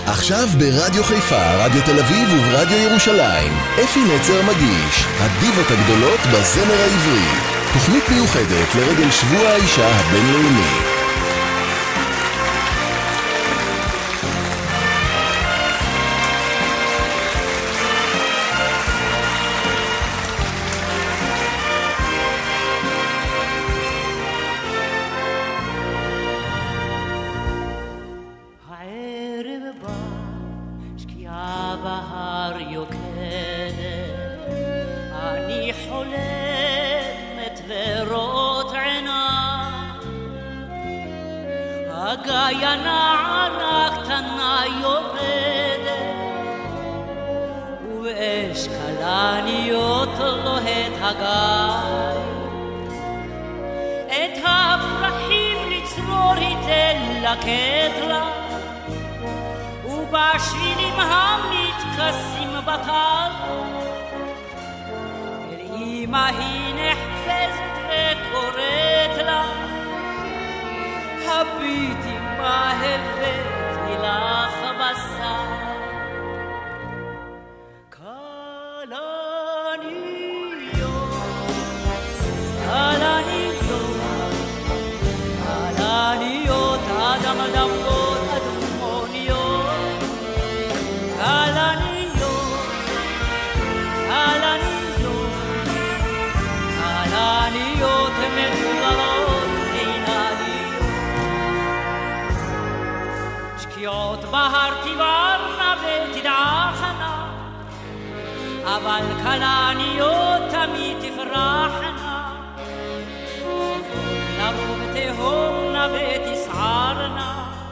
עכשיו ברדיו חיפה, רדיו תל אביב וברדיו ירושלים, אפי נצר מגיש הדיבות הגדולות בזמר העברי, תוכנית מיוחדת לרגל שבוע האישה הבינלאומי. ובשבילים המתכסים בטל אל אמא היא נחפזת וקוראת לה הביטי מה הבאתי לך בשר כלניות אדם דמות אדמוניות כלניות מגוללות עינניות שקיעות בהר תיברנה ותדעכנה אבל כלניות תמיד תפרחנה לרוב תהומנה ותסערנה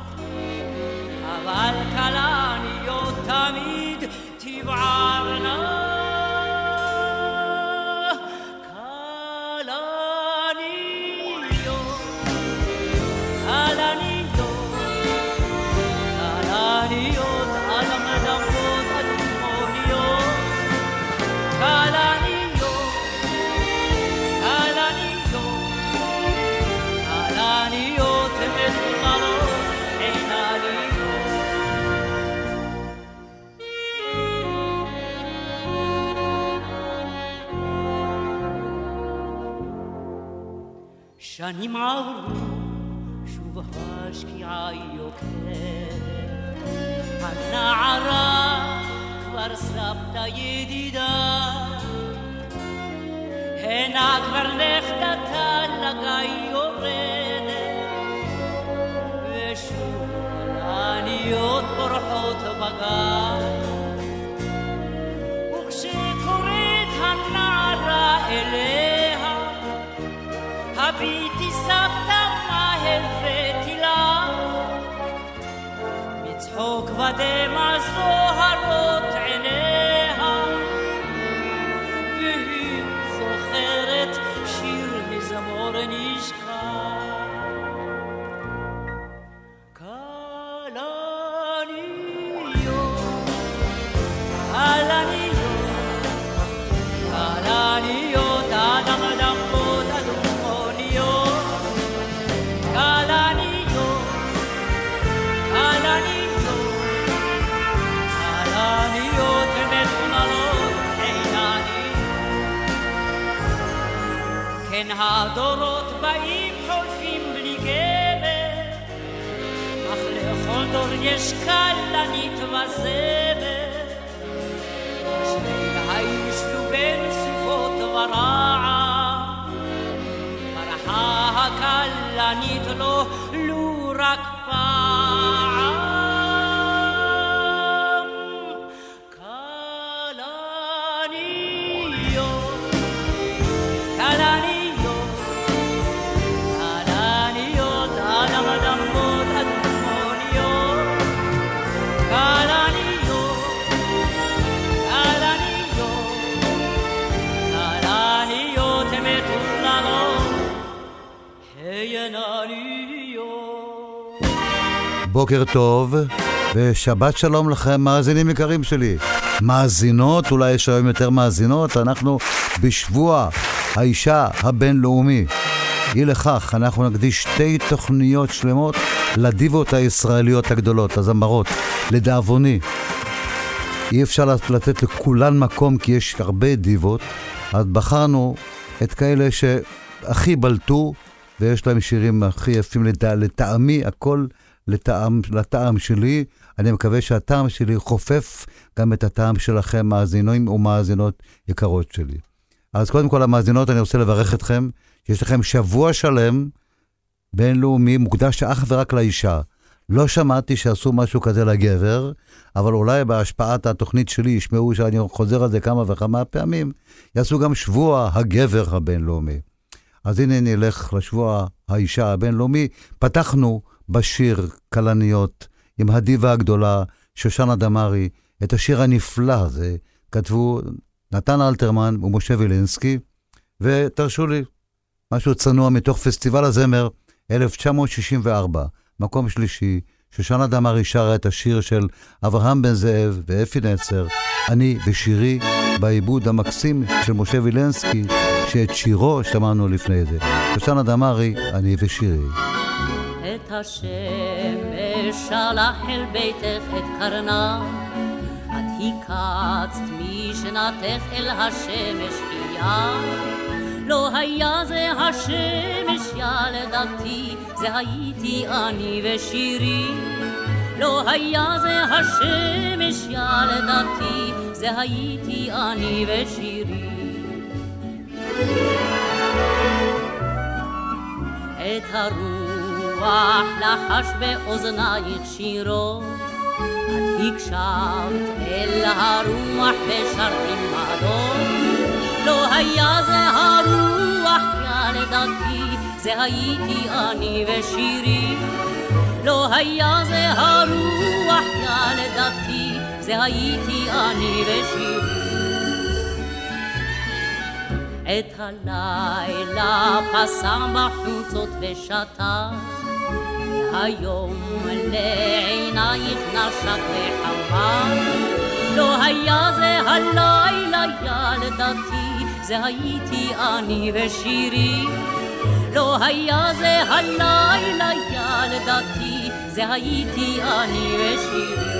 אבל כלניות תמיד תבערנה כלניות אדם דמות אדמוניות כלניות מגוללות עינניות שנים עברו שוב השקיעה יוקדת הנערה כבר סבתא ידידה הנה כבר נכדתה לגיא יורדת ושוב כלניות פורחות בגן וכשקוראת הנערה אליה הביטי סבתא מה הבאתי לה מצחוק ודמע זוהרות עיניה והיא זוכרת שיר מזמור נשכח כלניות אדם דמות אדמוניות כלניות מגוללות עינניות כן הדורות באים חולפים בלי גבר אך לכל דור יש כלנית וזמר שני הישלו בין סופות ורעם מרחה הכלנית לו רק פעם כלניות אדם דמות אדמוניות כלניות מגוללות עינניות. בוקר טוב ושבת שלום לכם מאזינים יקרים שלי, מאזינות, אולי יש היום יותר מאזינות, אנחנו בשבוע האישה הבינלאומי אי לכך, אנחנו נקדיש 2 תוכניות שלמות לדיבות הישראליות הגדולות, הזמרות. לדאבוני, אי אפשר לתת לכולן מקום כי יש הרבה דיבות, אז בחרנו את כאלה שהכי בלטו, ויש להם שירים הכי יפים לטעמי, הכל לטעם שלי. אני מקווה שהטעם שלי חופף גם את הטעם שלכם, מאזינים ומאזינות יקרות שלי. אז קודם כל המאזינות, אני רוצה לברך אתכם, שיש לכם שבוע שלם בינלאומי מוקדש אך ורק לאישה. לא שמעתי שעשו משהו כזה לגבר, אבל אולי בהשפעת התוכנית שלי ישמעו שאני חוזר על זה כמה וכמה פעמים, יעשו גם שבוע הגבר הבינלאומי. אז הנה נלך לשבוע האישה הבינלאומי. פתחנו בשיר קלניות עם הדיבה הגדולה, שושנה דמארי. את השיר הנפלא הזה כתבו נתן אלתרמן ומשה וילנסקי, ותרשו לי משהו צנוע מתוך פסטיבל הזמר 1964, מקום שלישי. שושנה דמארי שרה את השיר של אברהם בן זאב ואפי נצר, אני ושירי, בעיבוד המקסים של משה וילנסקי, שאת שירו שמענו לפני זה. שושנה דמארי, אני ושירי. את השמש שלח אל ביתך את קרנה, את הקצת משנתך אל השמש חייה. לא היה זה השמש ילדתי, זה הייתי אני ושירי. לא היה זה השמש ילדתי, זה הייתי אני ושירי. את הרוח לחש באוזנייך שירו, את הקשבת אל הרוח ושרת עמדו. לא היה זה הרוח ילדתי, זה הייתי אני ושירי. לא היה זה הרוח ילדתי, זה הייתי אני ושירי. את הלילה פסם בחוצות ושתה, היום לעינייך נשק וחמה. לא היה זה הלילה ילדתי, זה הייתי אני ושירי. לא היה זה הלילה ילדתי, זה הייתי אני ושירי.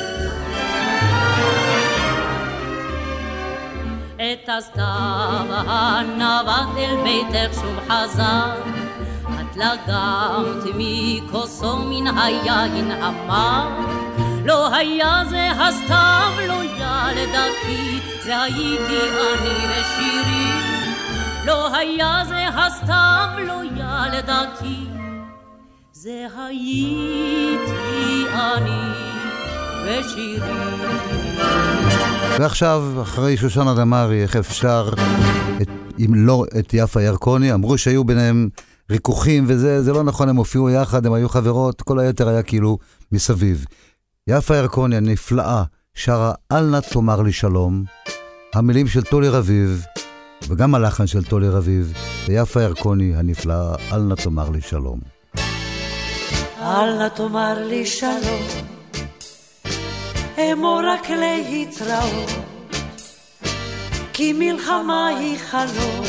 את הסתיו הנווט אל ביתך שוב חזר, את לגמת מכוסו מן היין המר. לא היה זה הסתיו לא ילדתי, זה הייתי אני ושירי. לא היה זה הסתיו לא ילדתי, זה הייתי אני ושירי. ועכשיו, אחרי שושנה דמארי, איך אפשר, אם לא את יפה ירקוני, אמרו שהיו ביניהם ריכוחים וזה, זה לא נכון, הם הופיעו יחד, הם היו חברות, כל היתר היה כאילו מסביב. יפה ירקוני הנפלאה שרה אל נא תאמר לי שלום, המילים של טולי רביב, וגם הלחן של טולי רביב, ויפה ירקוני הנפלאה אל נא תאמר לי שלום. אל נא תאמר לי שלום, אמור רק להתראות, כי מלחמה היא חלום,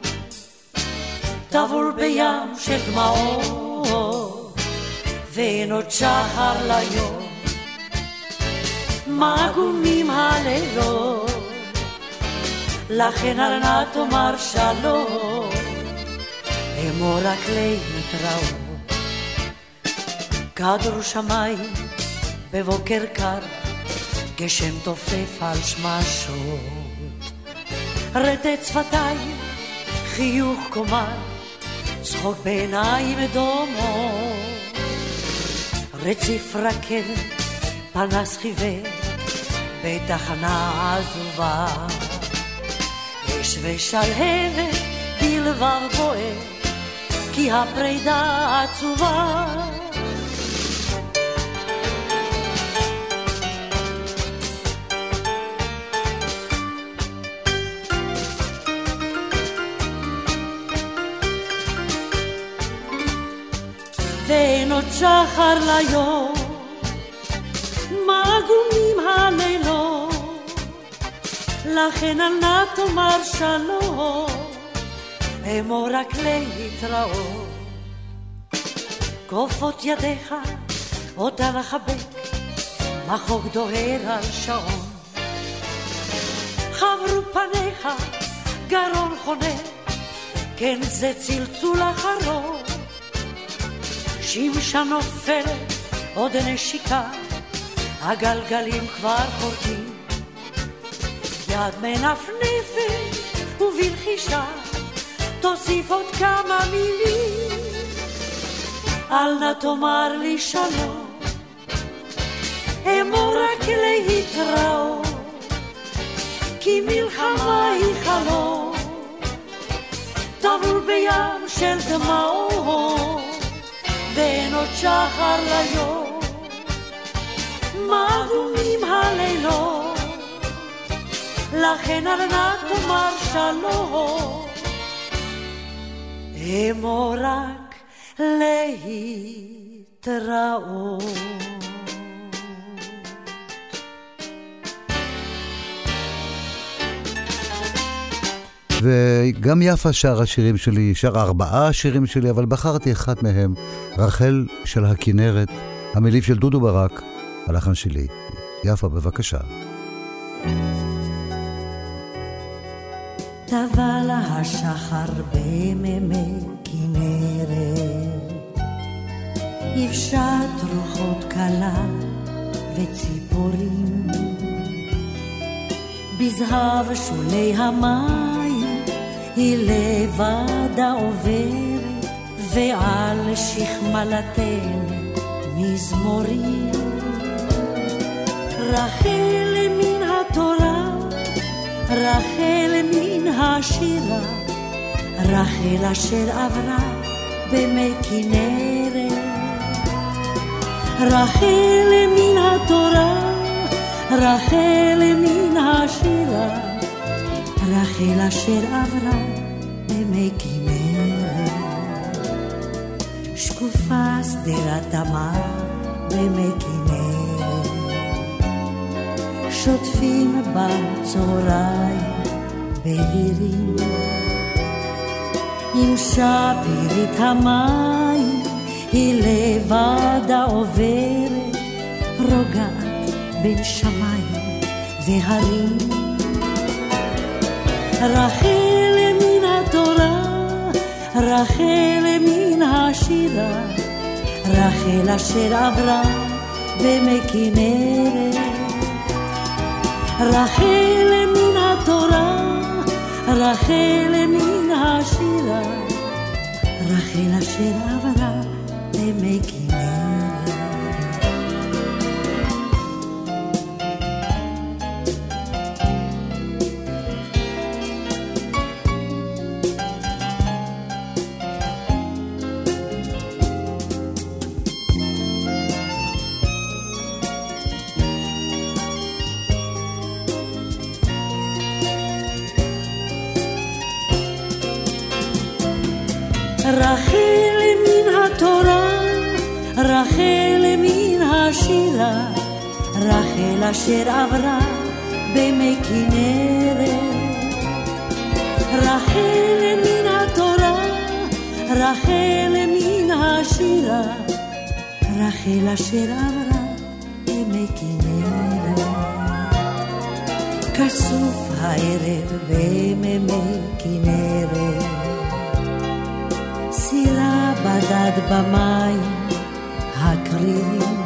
טבול בים של דמעות, ואין עוד שחר ליום, מגונים הלילות, לכן אל נא תאמר שלום, אמור רק להתראות. כדור שמיים בבוקר קר, גשם תופף על שמשות, רטט שפתיים, חיוך קומר, צחוק בעיניים דומות, רציף רכבת, פנס חיוור, בתחנה עזובה, אש ושלהבת בלבב בוער, כי הפרידה עצובה. ואין עוד שחר ליום, מגונים הלילות, לכן אל נא תאמר שלום, אמור רק להתראות. כופות ידיך אותה לחבק, מחוק דוהר על שעון. חברו פניך גרון חונה, כן זה צלצול אחרון. שמשה נופלת עוד נשיקה, הגלגלים כבר חורקים. יד מנפנפת ובלחישה תוסיף עוד כמה מילים. אל נא תאמר לי שלום, אמור רק להתראות, כי מלחמה היא חלום טבול בים של דמעות, ואין עוד שחר ליום. מאדומים הלילות, לכן אל נא תאמר שלום, אמור רק להתראות. וגם יפה שר השירים שלי, שר 4 שירים שלי, אבל בחרתי אחד מהם, רחל של הכנרת, המילים של דודו ברק, הלחן שלי. יפה, בבקשה. טבע לה השחר בממי כנרת, יפשט רוחות קלה וציפורים, בזהב שולי המים היא לבדה עוברת, ועל שכמלתן מזמורים. רחל מן התורה, רחל מן השירה, רחל אשר עברה במי כנרת. רחל מן התורה, רחל מן השירה, רחל אשר עברה במי כנרת. שקופה שדרת תמר במי כנרת, שוטפים בצהריים בהירים, עם שפירית המים היא לבדה עוברת, רוגעת בין שמיים והרים. רחל מן התורה, רחל מן השירה, רחל אשר עברה במי כנרת. רחל מן התורה, רחל מן השירה, רחל אשר עברה במי כנרת. רחל מן התורה, רחל מן השירה, רחל אשר עברה במי כנרת. רחל מן התורה, רחל מן השירה, רחל אשר עברה במי כנרת. כסוף הערב במי כנרת, סירה בדד במים הקרירים,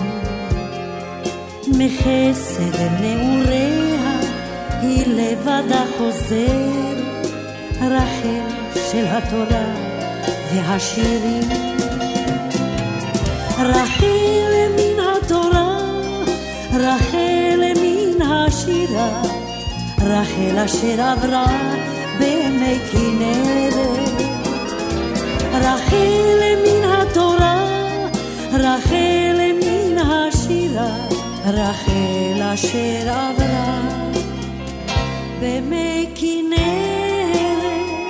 מחסד נעוריה היא לבדה חוזרת, רחל של התורה והשירים. רחל מן התורה, רחל מן השירה, רחל אשר עברה במי כנרת. רחל מן התורה, רחל מן השירה, רחל אשר עברה במי כנרת,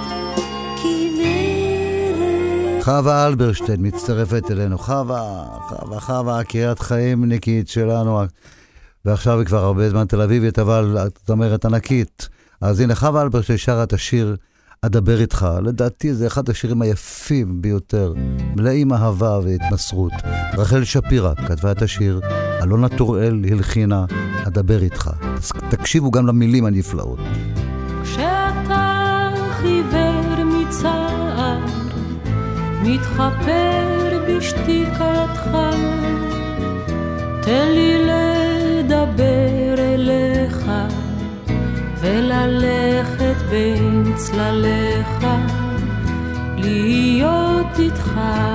כנרת. חווה אלברשטיין מצטרפת אלינו. חווה, קריית חיים נקית שלנו, ועכשיו היא כבר הרבה זמן תל אביבית, אבל את אומרת ענקית. אז הנה חווה אלברשטיין שרה את השיר אדבר איתך, לדעתי זה אחד השירים היפים ביותר, מלאים אהבה והתמסרות. רחל שפירא כתבה את השיר, אלונה טוראל הלחינה, אדבר איתך. תקשיבו גם למילים הנפלאות. כשאתה חיוור מצער, מתחפר בשתיקתך, תן לי לדבר אליך וללכת בין צלליך, להיות איתך.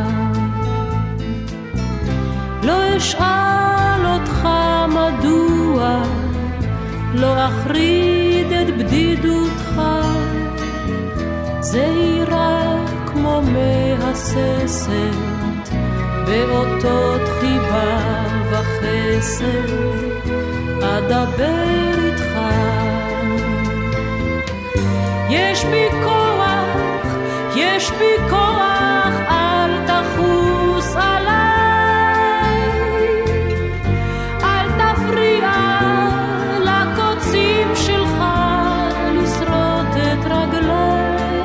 לא אשאל אותך מדוע, לא אחריד את בדידותך, זהירה כמו מהססת באותות חיבה וחסד, אדבר איתך. יש בי כוח, יש בי כוח, אל תחוס עליי, אל תפריע לקוצים שלך לשרוט את רגליי.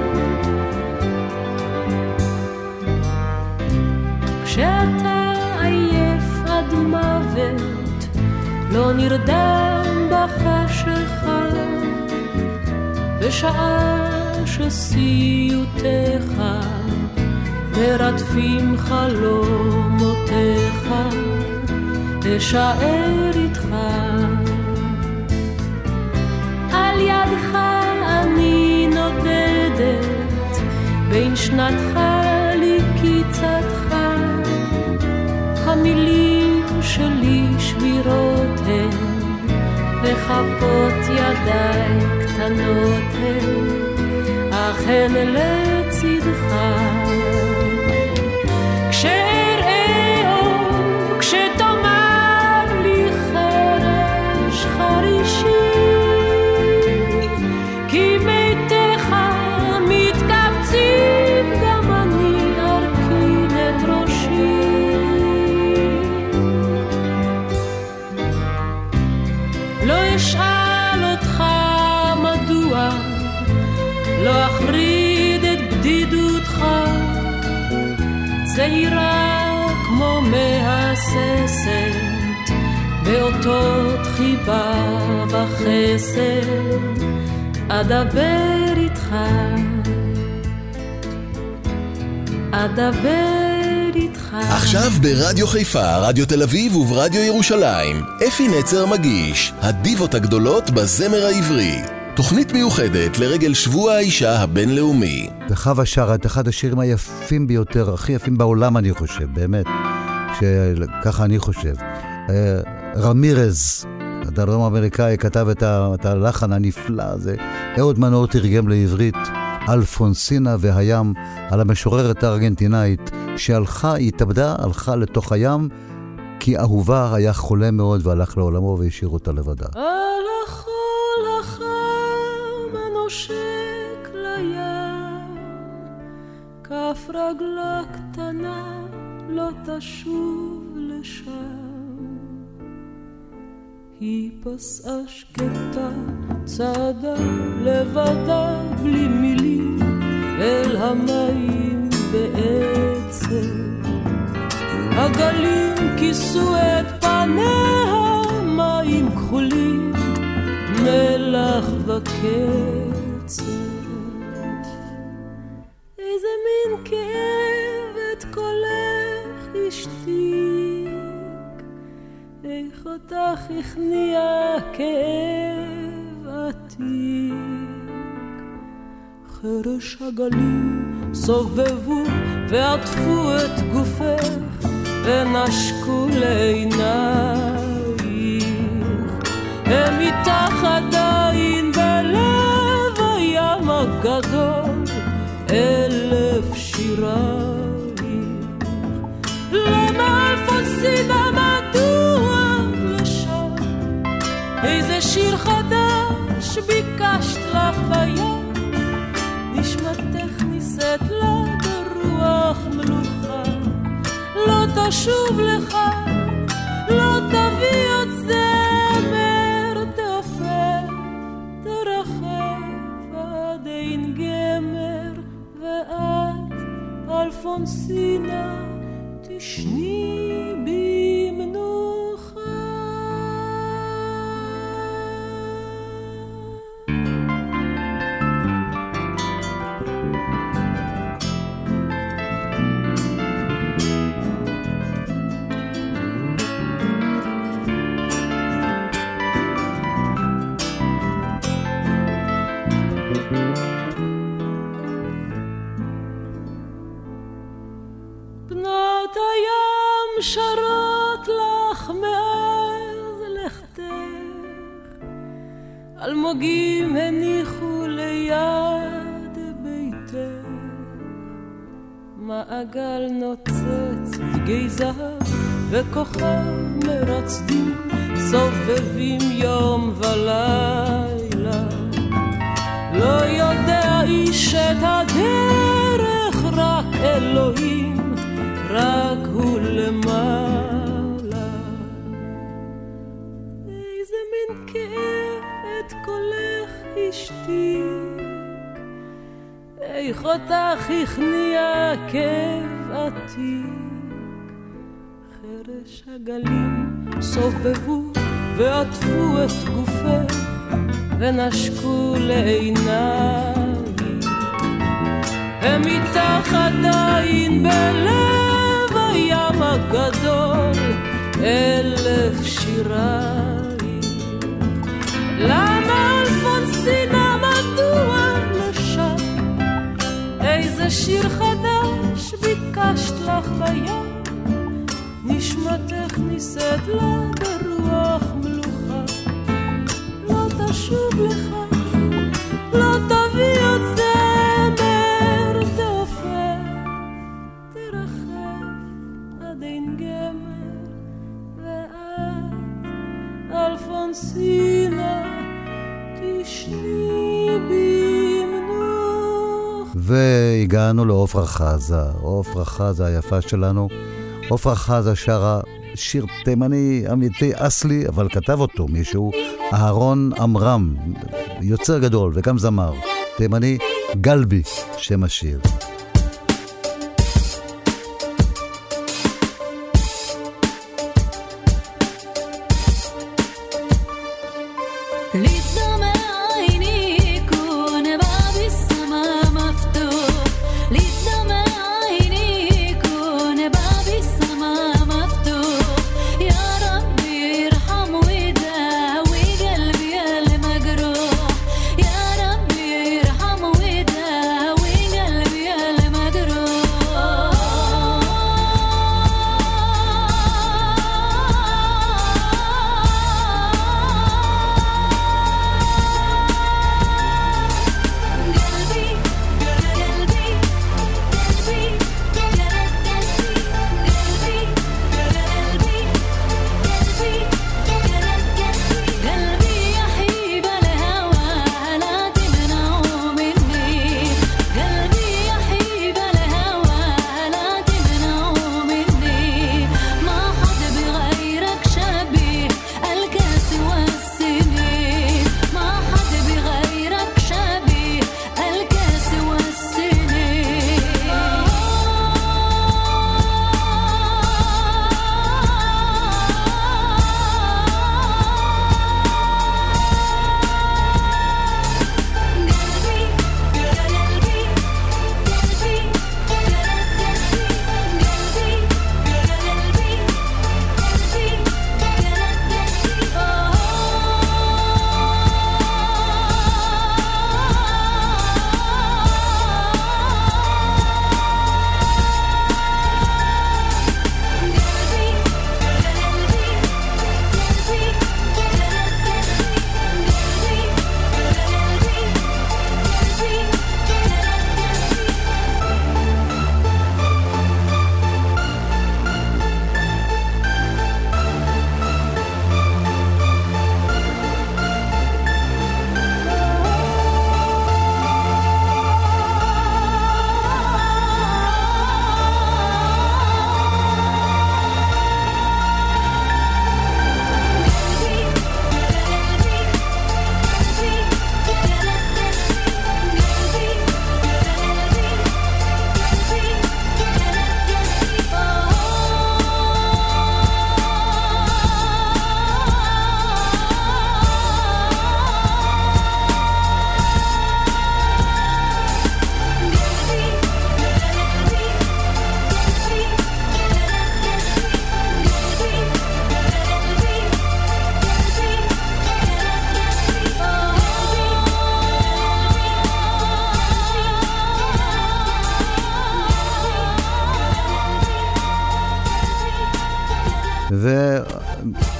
כשאתה עייף עד מוות, לא נרדם בחשכה, בשעה שסיוטיך מרדפים חלומותיך, אשאר איתך. על ידך אני נודדת, בין שנתך לקיצתך, המילים שלי שבירות הן, וחפות ידיי קטנות הן, אך הן לצדך. כשאראה אור, כשתאמר לי חרש חרישי, כי מיתך מתקבצים, גם אני ארכין את ראשי. לא אשאל אותך מדוע, לא אחריד את בדידותך, זהירה כמו מהססת באותות חיבה וחסד, אדבר איתך, אדבר איתך. עכשיו ברדיו חיפה, רדיו תל אביב וברדיו ירושלים, אפי נצר מגיש הדיבות הגדולות בזמר העברי, תוכנית מיוחדת לרגל שבוע האישה הבינלאומי. וחווה שרה את אחד השירים היפים ביותר, הכי יפים בעולם אני חושב, באמת, שככה אני חושב. רמירז, הדרום האמריקאי, כתב את הלחן הנפלא הזה, אהוד מנור תרגם לעברית, אלפונסינה והים, על המשוררת הארגנטינאית שהלכה, היא התאבדה, הלכה לתוך הים, כי אהובה היה חולה מאוד והלך לעולמו והשאיר אותה לבדה. על החול החם הנושק לים, כף רגלה קטנה לא תשוב לשם, היא פסעה שקטה, צעדה לבדה בלי מילים אל המים בעצם, הגלים כיסו את פניה, מים כחולים, מלח וקצת. איזה מין כאב את קולך השתיק, איך אותך הכניע כאב עתיק. חרש הגלים סובבו ועטפו את גופך ונשקו לעינייך, הם איתך עדיין בלב הים הגדול, 1000 שירייך. למה אלפונסינה מדוע לשם, איזה שיר חדש ביקשת לך בים, נשמתך נישאת לה ברוח מלוכה, לא תשוב לך, לא תביא עוד זמר, תעופר, תרחב עד אין גר. לכתך, אלמוגים הניחו ליד ביתך, מעגל נוצץ דגי זהב וכוכב מרצדים, סובבים יום ולילה. לא יודע איש את הדרך, רק אלוהים, רק הוא למעלה. איזה מין כאב את קולך השתיק, איך אותך הכניע כאב עתיק. חרש הגלים סובבו ועטפו את גופך ונשקו לעיניי, ומתח עדיין בלב הים הגדול 1000 שיריים. למה אלפונסינה מדוע לשם, איזה שיר חדש ביקשת לך בים, נשמתך נישאת לה ברוח מלוכה. לא תשוב לך, לא תביא עוד זמר, תעופר, תרחב עד אין גמר, ואת אלפונסינה תשני במנוח. והגענו לעופרה חזה, עופרה חזה היפה שלנו. עופרה חזה שרה שיר תימני אמיתי אסלי, אבל כתב אותו מישהו, אהרון אמרם, יוצר גדול וגם זמר תימני, גלבי שם השיר.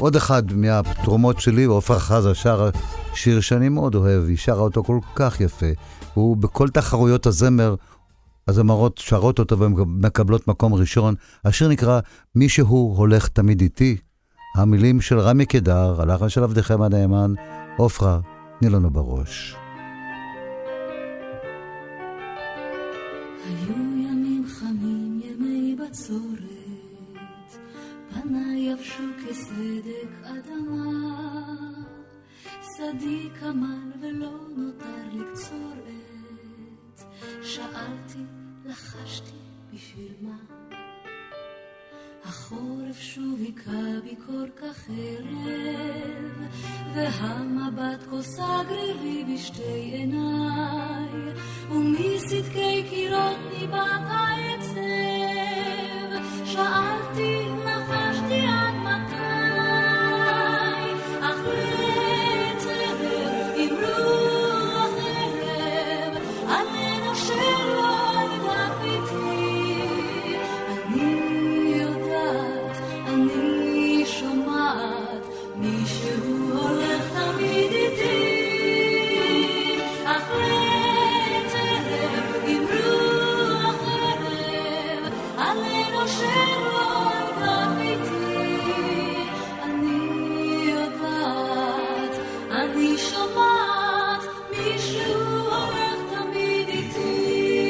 עוד אחד מהתרומות שלי, עופרה חזה שר שיר שאני מאוד אוהב, היא שרה אותו כל כך יפה. הוא בכל תחרויות הזמר, הזמרות שרות אותו ומקבלות מקום ראשון. השיר נקרא מישהו הולך תמיד איתי. המילים של רמי קדר, הלחן של עבדכם הנאמן. עופרה, תני לנו בראש. היו ימים חמים, ימי בצורת, פניי יבשו כסדק אדמה, שדי כמל ולא נותר לקצור עת, שאלתי, לחשתי בשביל מה? החורף שוב היכה בי כל כך ערב, והמבט כוסה גרירי בשתי עיניי, ומסדקי קירות ניבט העצב, שאלתי, נחשתי עד מתי, אך לעת ערב עם רוח ערב, עלינו שלא ידעת ביתי, אני שומעת מישהו הולך תמיד איתי, אך לעת ערב עם רוח ערב, עלינו שלא ידעת איתי, אני יודעת, אני שומעת מישהו הולך תמיד איתי.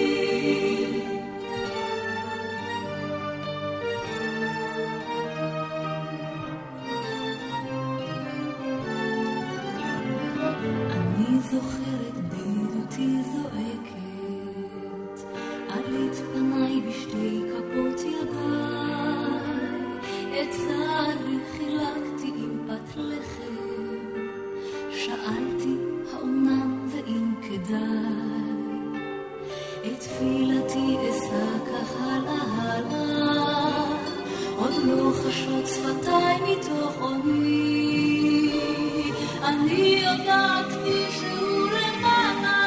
זוכרת בדידותי זועקת, עלית פניי בשתי כפות ידיי, את צערי חילקתי עם פת לחם, שאלתי האומנם ואם כדאי, את תפילתי אשא כך הלאה, עוד לא חשות שפתיי מתוך עוני, אני יודעת מישהו למעלה,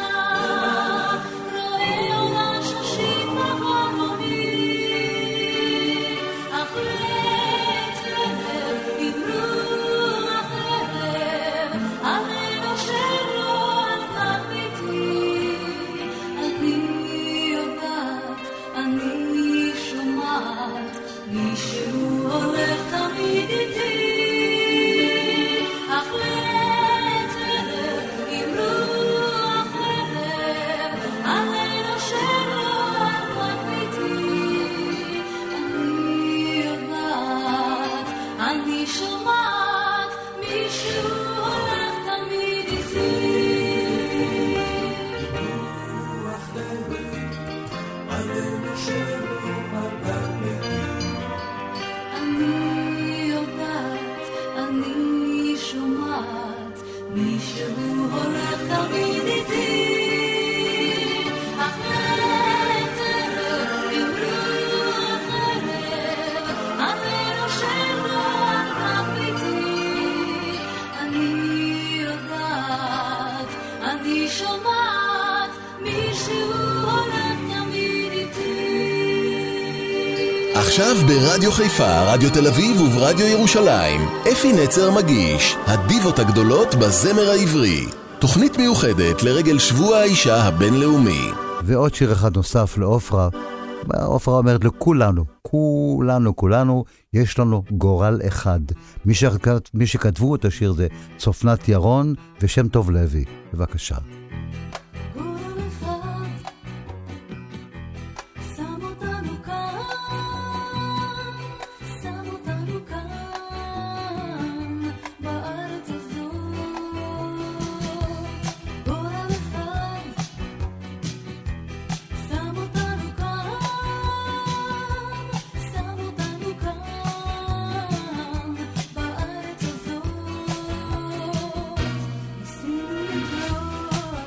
רואה עולה ששית בחלומי, אך לעת ערב עם רוח ערב, עלינו שלא הלכה ביתי, אני יודעת, אני שומעת, מישהו הולך תמיד איתי, אך לעת ערב עם רוח ערב, עלינו שלא הלכה ביתי, אני יודעת, אני שומעת, מישהו הולך תמיד איתי. רוח ערב, עלינו שלא הלכה ביתי, אני יודעת, אני שומעת, מישהו הולך תמיד איתי, אך לעת ערב עם רוח ערב, עלינו שלא הלכה ביתי, אני יודעת, אני שומעת, מישהו הולך תמיד איתי. עכשיו ברדיו חיפה, רדיו תל אביב וברדיו ירושלים, אפי נצר מגיש הדיבות הגדולות בזמר העברי, תוכנית מיוחדת לרגל שבוע האישה הבינלאומי. ועוד שיר אחד נוסף לעופרה. עופרה אומרת לכולנו, כולנו, יש לנו גורל אחד. מי שכתבו את השיר זה צופנת ירון ושם טוב לוי. בבקשה. ניסינו לבוא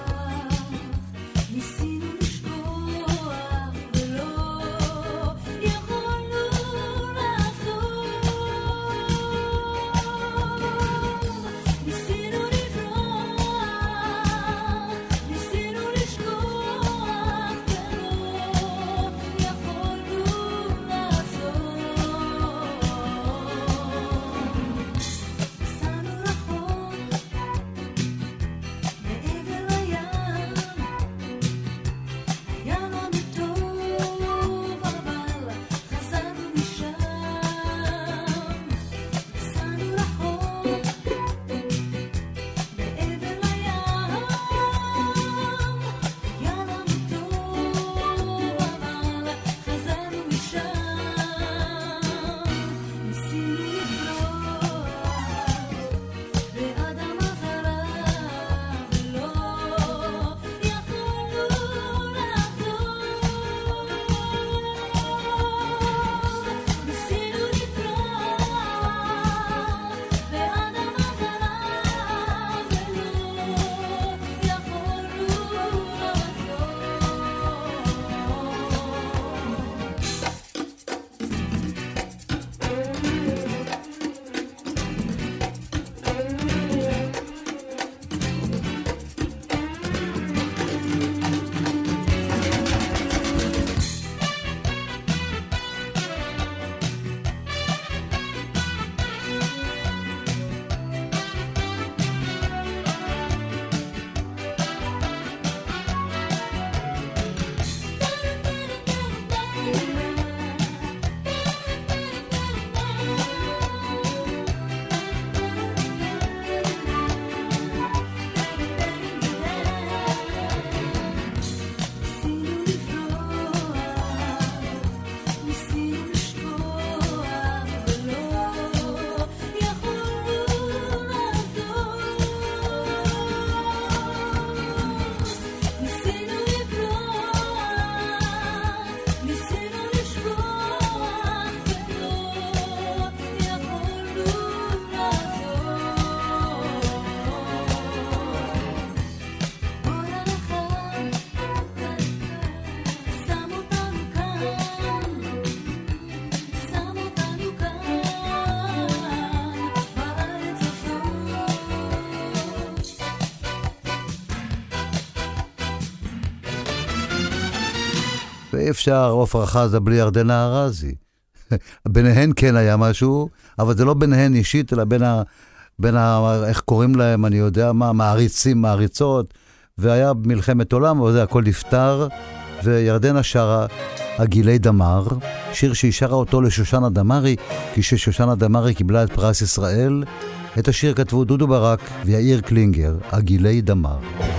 ואי אפשר עופרה חזה בלי ירדנה ארזי. ביניהן כן היה משהו, אבל זה לא ביניהן אישית, אלא בין איך קוראים להם, אני יודע מה, מעריצים, מעריצות, והיה מלחמת עולם, אבל זה הכל נפטר, וירדנה שרה הגילי דמר, שיר שהיא שרה אותו לשושנה דמרי, כששושנה דמרי קיבלה את פרס ישראל, את השיר כתבו דודו ברק ויאיר קלינגר, הגילי דמר.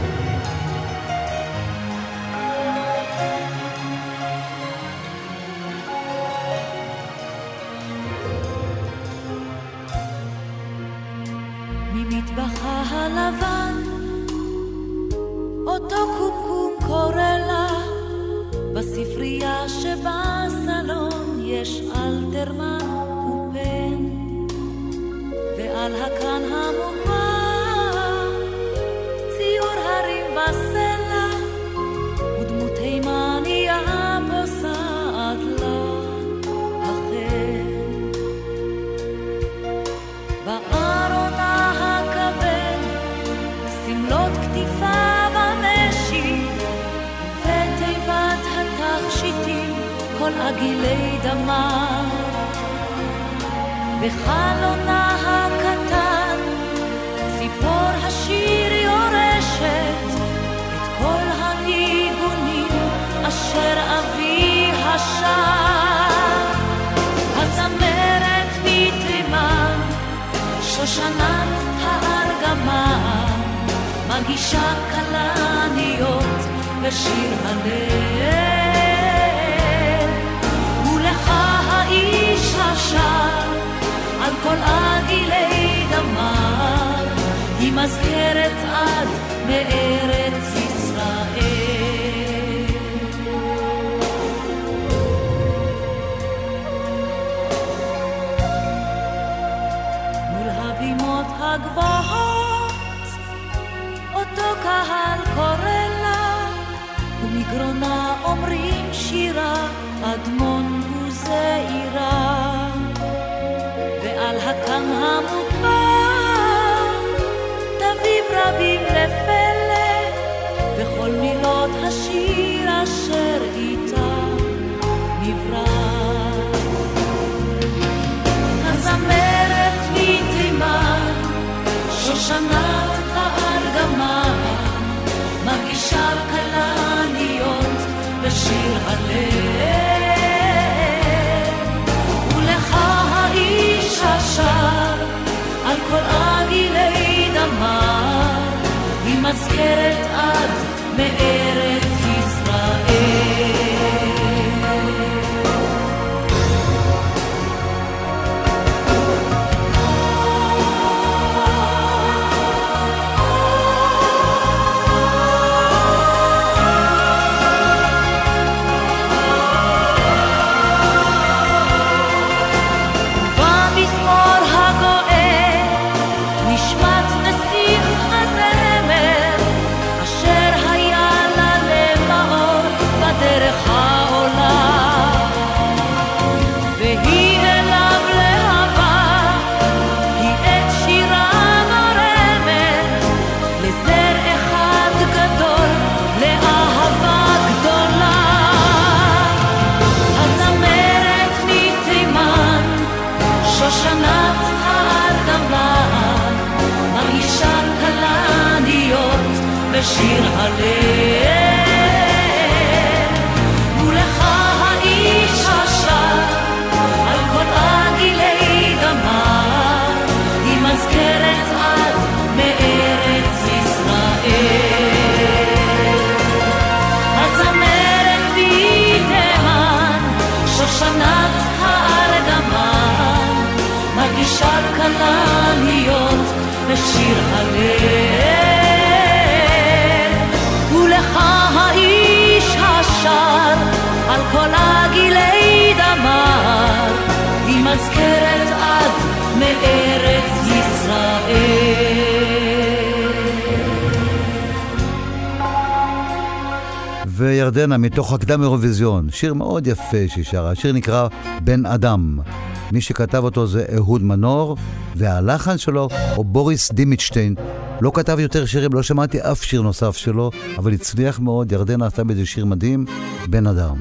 ממטבחה הלבן אותו קומקום קורא לה, בספרייה שבסלון יש אלתרמן ופן, ועל הקרן המוגבר ציור הרים בסלע, ודמות הימניה פוסעת לה החן. בארונה הכבד סמלות כתיפיו המשי, ותיבת התכשיטים כל עגילי דמר. בחלונה הקטן ציפור השיר יורשת את כל הניגונים אשר אבי השר. הזמרת מתימן שושנת הארגמן מגישה כלניות ושיר הלב, ולך האיש השר על כל עגילי דמר, היא מזכרת עד מארץ ישראל. מול הבימות הגבוהות אותו קהל קורא לה, ומגרונה אומרים שירה אדמון וזעירה, ועל הקן המוגבר תווים רבים לפלא, וכל מילות השיר אשר איתה נברא. הזמרת מתימן שושנת הארגמן מרגישה כלניות בשיר הלב, ולך האיש השר על כל עגילי דמר, היא מזכרת עד מארץ ישראל. שיר הלב, ולך האיש השר על כל עגילי דמר, היא מזכרת עד מארץ ישראל. הזמרת מתימן שושנת הארגמן מרגישה כלניות בשיר הלב, ולך האיש השר על כל עגילי דמר, היא מזכרת עד מארץ ישראל. וירדנה מתוך הקדם אירוויזיון, שיר מאוד יפה שהיא שרה, השיר נקרא בן אדם. מי שכתב אותו זה אהוד מנור, והלחן שלו הוא בוריס דימיטשטיין, לא כתב יותר שירים, לא שמעתי אף שיר נוסף שלו, אבל הצליח מאוד. ירדן עשתה באיזה שיר מדהים, בן אדם.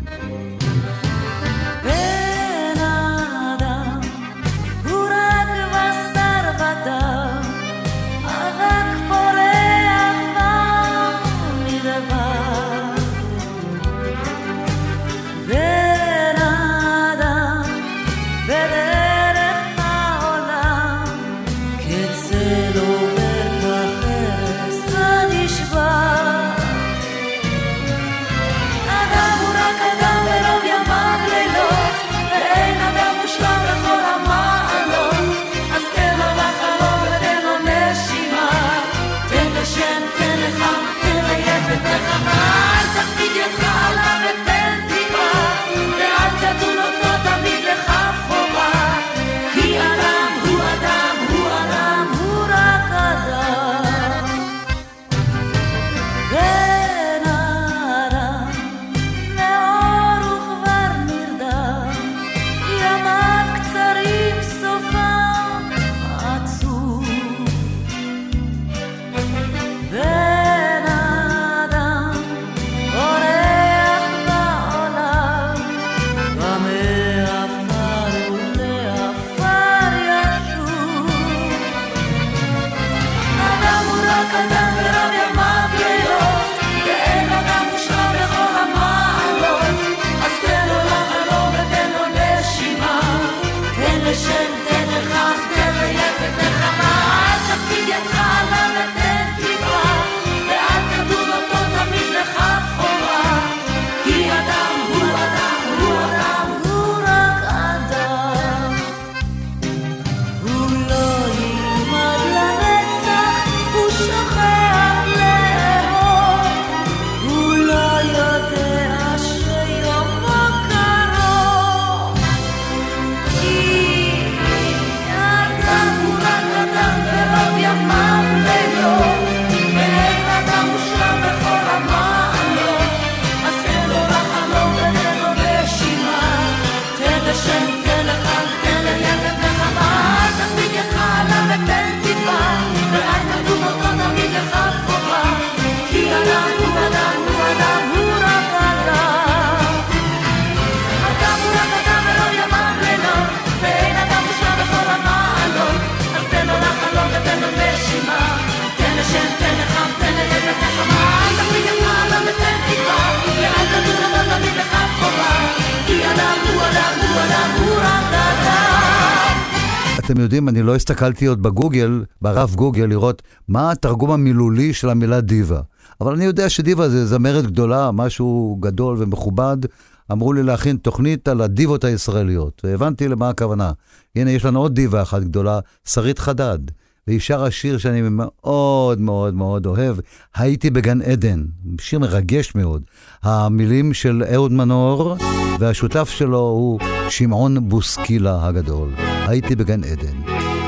אתם יודעים, אני לא הסתכלתי עוד בגוגל, ברב גוגל, לראות מה התרגום המילולי של המילה דיבה. אבל אני יודע שדיבה זה זמרת גדולה, משהו גדול ומכובד. אמרו לי להכין תוכנית על הדיבות הישראליות, והבנתי למה הכוונה. הנה, יש לנו עוד דיבה אחת גדולה, שרית חדד, והיא שרה שיר שאני מאוד מאוד מאוד אוהב, הייתי בגן עדן, שיר מרגש מאוד. המילים של אהוד מנור, והשותף שלו הוא שמעון בוסקילה הגדול. הייתי בגן עדן.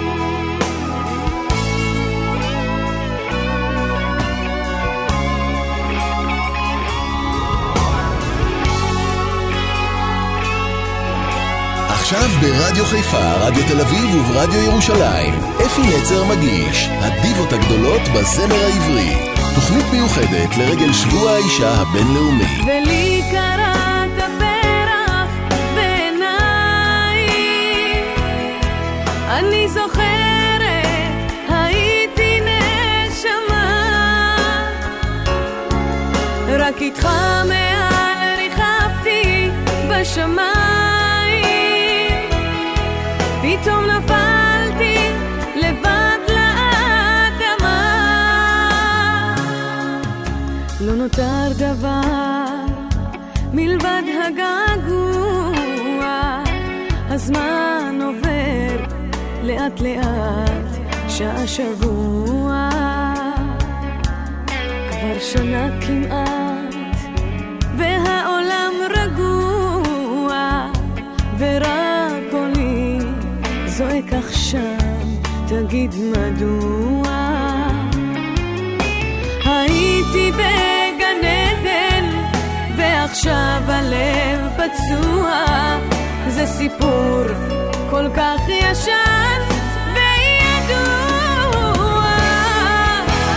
עכשיו ברדיו חיפה, רדיו תל אביב וברדיו ירושלים, אפי נצר מגיש הדיבות הגדולות בזמר העברי, תוכנית מיוחדת לרגל שבוע האישה הבינלאומי. ולי קראת פרח בעיניי, אני זוכרת הייתי נשמה, רק איתך מעל ריחפתי בשמיים, פתאום נפלתי לבד לאדמה, לא נותר דבר מלבד הגעגוע, הזמן עובר לאט לאט, שעה שבוע, כבר שנה כמעט, והעולם רגוע, ורק קולי זועק עכשיו, תגיד מדוע. הייתי בגן עדן ועכשיו הלב פצוע, זה סיפור כל כך ישן וידוע.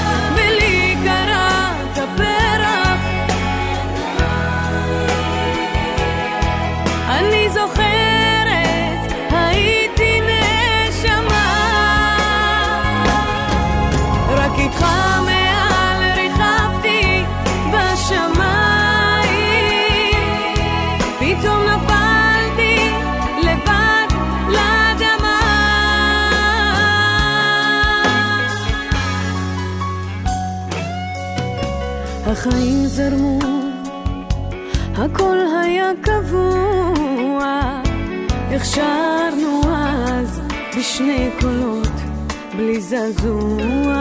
החיים זרמו, הכל היה קבוע, הכשרנו אז בשני קולות בלי זעזוע,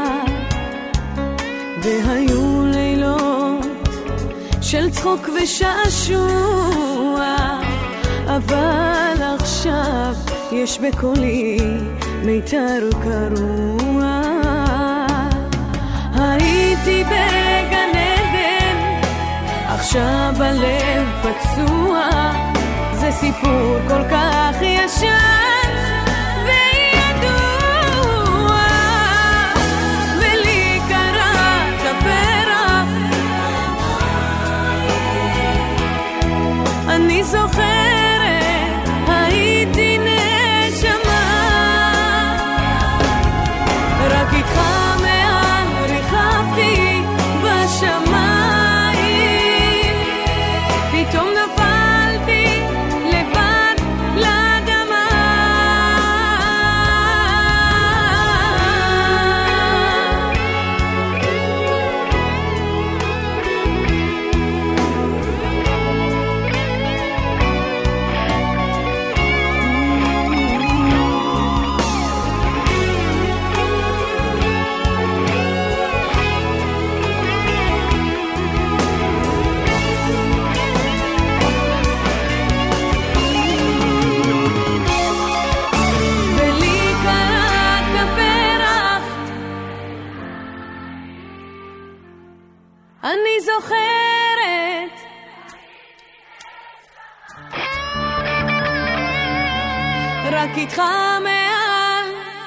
והיו לילות של צחוק ושעשוע, אבל עכשיו יש בקולי מיתר קרוע. הייתי בגן עדן, עכשיו הלב פצוע, זה סיפור כל כך ישן וידוע, ולי קראת הפרח, אני זוכרת, הייתי נשמה, רק איתך מעל ריחפתי בשמיים, פתאום נפלתי לבד לאדמה. ולי קראת הפרח, אני זוכרת, רק איתך מעל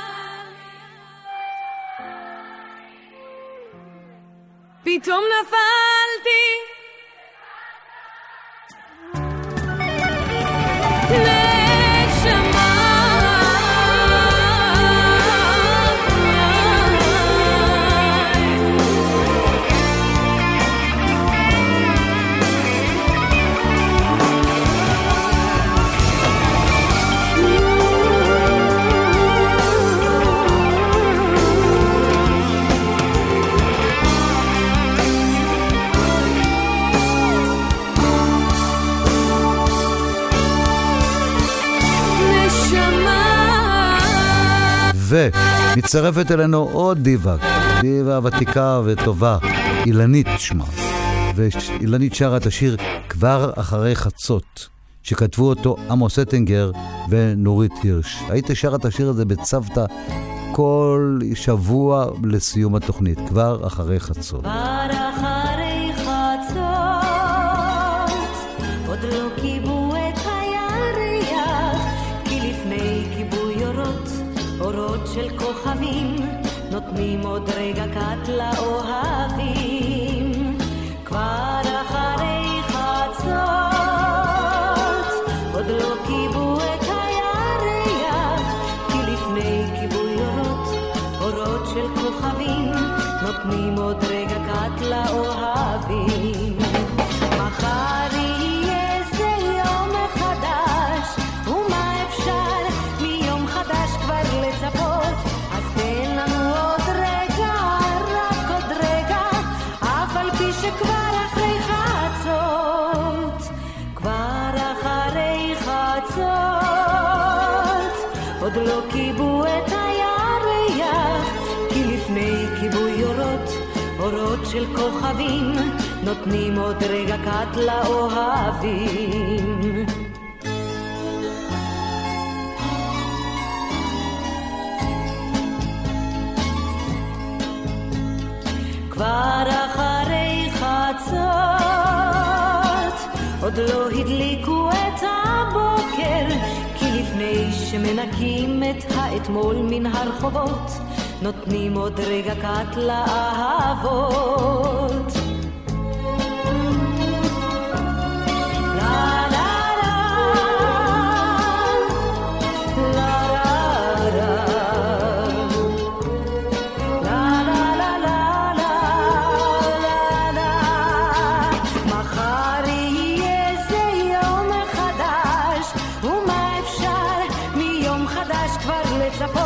פתאום נפלתי נשמה. ומצטרפת אלינו עוד דיבה, דיבה ותיקה וטובה, אילנית שמה. ואילנית שרה את השיר כבר אחרי חצות, שכתבו אותו עמוס אטינגר ונורית הירש. היית שרה את השיר הזה בצוותא כל שבוע לסיום התוכנית, כבר אחרי חצות. כבר אחרי חצות, עוד לא קיבו את הירח, כי לפני כיבוי אורות של כוכבים, נותנים עוד רגע קט לאוהבים. כבר אחרי חצות, עוד לא קיבו את הירח, כי לפני כיבוי אורות של כוכבים, נותנים עוד רגע קט לאוהבים. מחר יהיה זה יום חדש, ומה אפשר מיום חדש כבר לצפות, אז תן לנו עוד רגע, רק עוד רגע, אף על פי שכבר אחרי חצות, כבר אחרי חצות, עוד לא קיבו את הירח, כי לפני כיבוי אורות של כוכבים, נותנים עוד רגע קט לאוהבים. כבר אחרי חצות, עוד לא הדליקו את הבוקר, כי לפני שמנקים את האתמול מן הרחובות, נותנים עוד רגע קט לאהבות.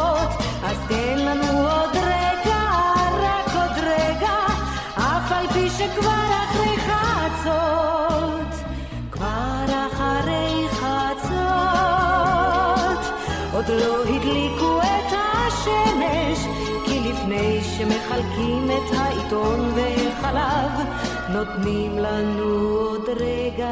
אז תן לנו עוד רגע, רק עוד רגע, אף על פי עוד לא הדליקו את השמש, כי לפני שמחלקים את העיתון והחלב, נותנים לנו עוד רגע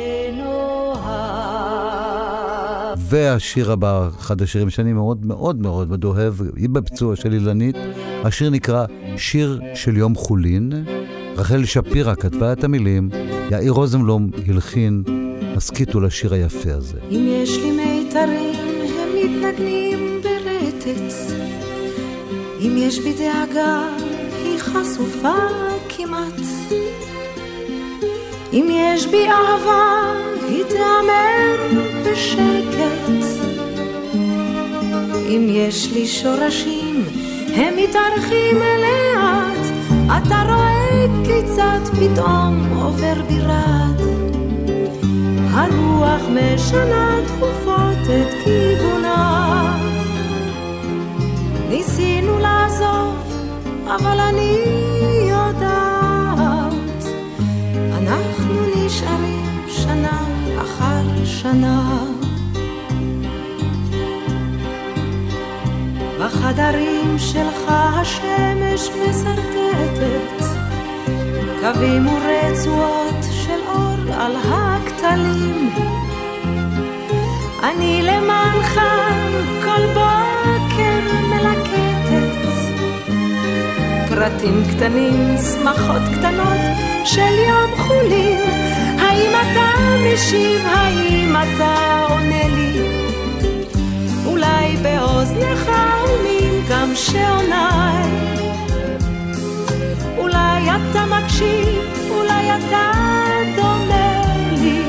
שנוהב. והשיר הבא, אחד השירים שאני מאוד מאוד מאוד מדוהב, היא בביצוע של אילנית. השיר נקרא שיר של יום חולין. רחל שפירא כתבה את המילים, יאיר רוזנבלום הלחין. הסכיתו לשיר היפה הזה. אם יש לי מיתרים הם מתנגנים ברטט, אם יש בי דאגה היא חשופה כמעט, אם יש בי אהבה היא תאמר בשקט, אם יש לי שורשים הם מתארחים לאט, אתה רואה כיצד פתאום עובר בירד, הרוח משנה תחופות את כיוונה, ניסינו לעזוב אבל אני יודעת, אנחנו נשארים שנה אחר שנה, בחדרים שלך השמש מסרטטת קווים ורצועות של אור על הכתלים, אני למענך כל בוקר מלקטת פרטים קטנים, שמחות קטנות של יום חולין, האם אתה משיב, האם אתה עונה לי, אולי באוזנך עונים גם שעוניי, אולי אתה מקשיב, אולי אתה דומה לי,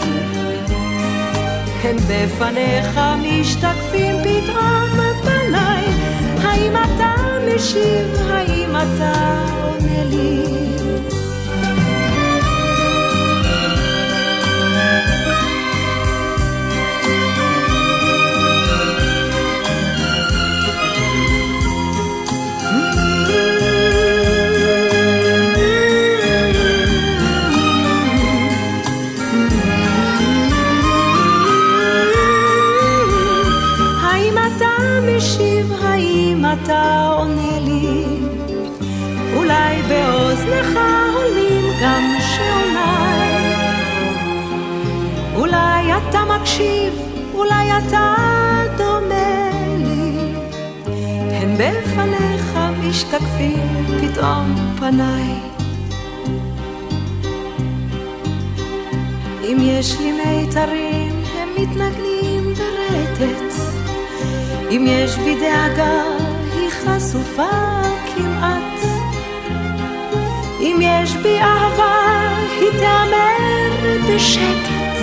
הם בפניך משתקפים פתאום פניי, האם אתה משיב, האם אתה עונה לי, אתה עונה לי, אולי באוזנך עולים גם שעוניי, אולי אתה מקשיב, אולי אתה דומה לי, הם בפניך משתקפים פתאום פניי, אם יש לי מיתרים הם מתנגנים ברטט, אם יש בי דאגה היא חשופה כמעט, אם יש בי אהבה היא תאמר בשקט,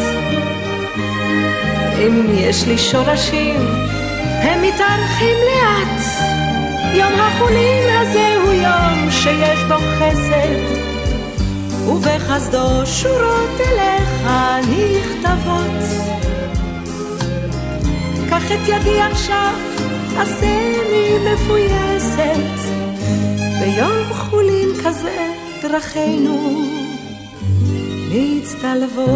אם יש לי שורשים הם מתארחים לאט, יום החולין הזה הוא יום שיש בו חסד, ובחסדו שורות אליך נכתבות, קח את ידי עכשיו, עשני מפויסת, ביום חולין כזה דרכינו נצטלבות.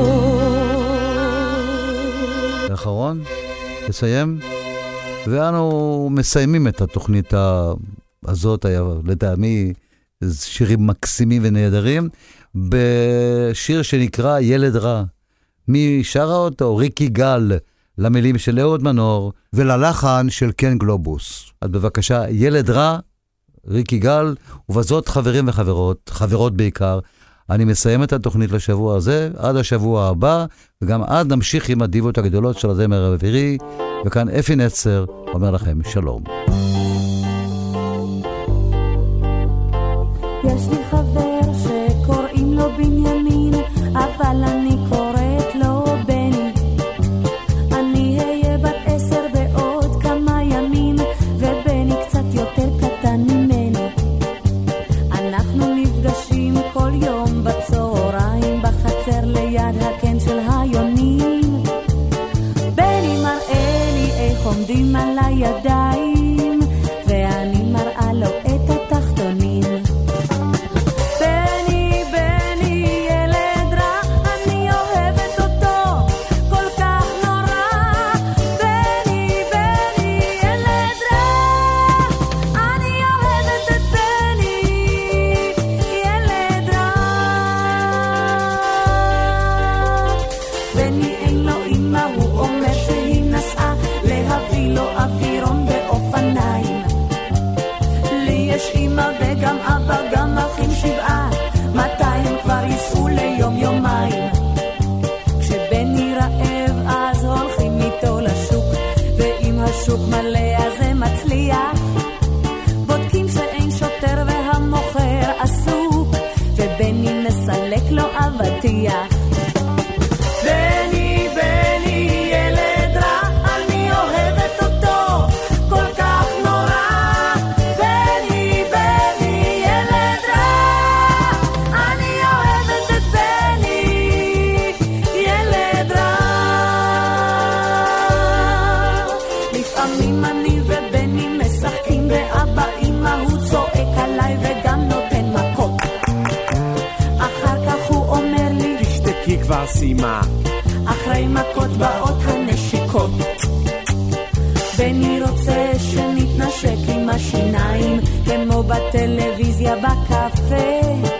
האחרון, לסיים, ואנו מסיימים את התוכנית הזאת, לדעמי שירים מקסימים ונהדרים, בשיר שנקרא ילד רע. מי שרה אותו? ריקי גל, למילים של אהוד מנור וללחן של קן גלובוס. אז בבקשה, ילד רע, ריקי גל, ובזאת חברים וחברות, חברות בעיקר, אני מסיים את התוכנית לשבוע הזה, עד השבוע הבא, וגם עד נמשיך עם הדיבות הגדולות של הזמר האווירי, וכאן אפי נצר אומר לכם שלום. יש לי חבר שקוראים לו בנימין, אבל אני קוראת לו בני. אני אהיה בת 10 בעוד כמה ימים, ובני קצת יותר קטן ממני. אנחנו נפגשים כל יום בצהריים בחצר ליד הקן של היונים. בני מראה לי איך עומדים על הידיים, ואני מראה לו את התחתונים. ובני מסלק לו אבטיח. בני, בני, ילד רע, אני אוהבת אותו כל כך נורא. בני, בני, ילד רע, אני אוהבת את בני, ילד רע. לפעמים אני ובני משחקים ואבא אמא הוא צועק עליי וגם נותן מכות. אחר כך הוא אומר לי תשתקי כבר סימה. אחרי מכות באות הנשיקות. בני רוצה שנתנשק עם השיניים כמו בטלוויזיה בקפה.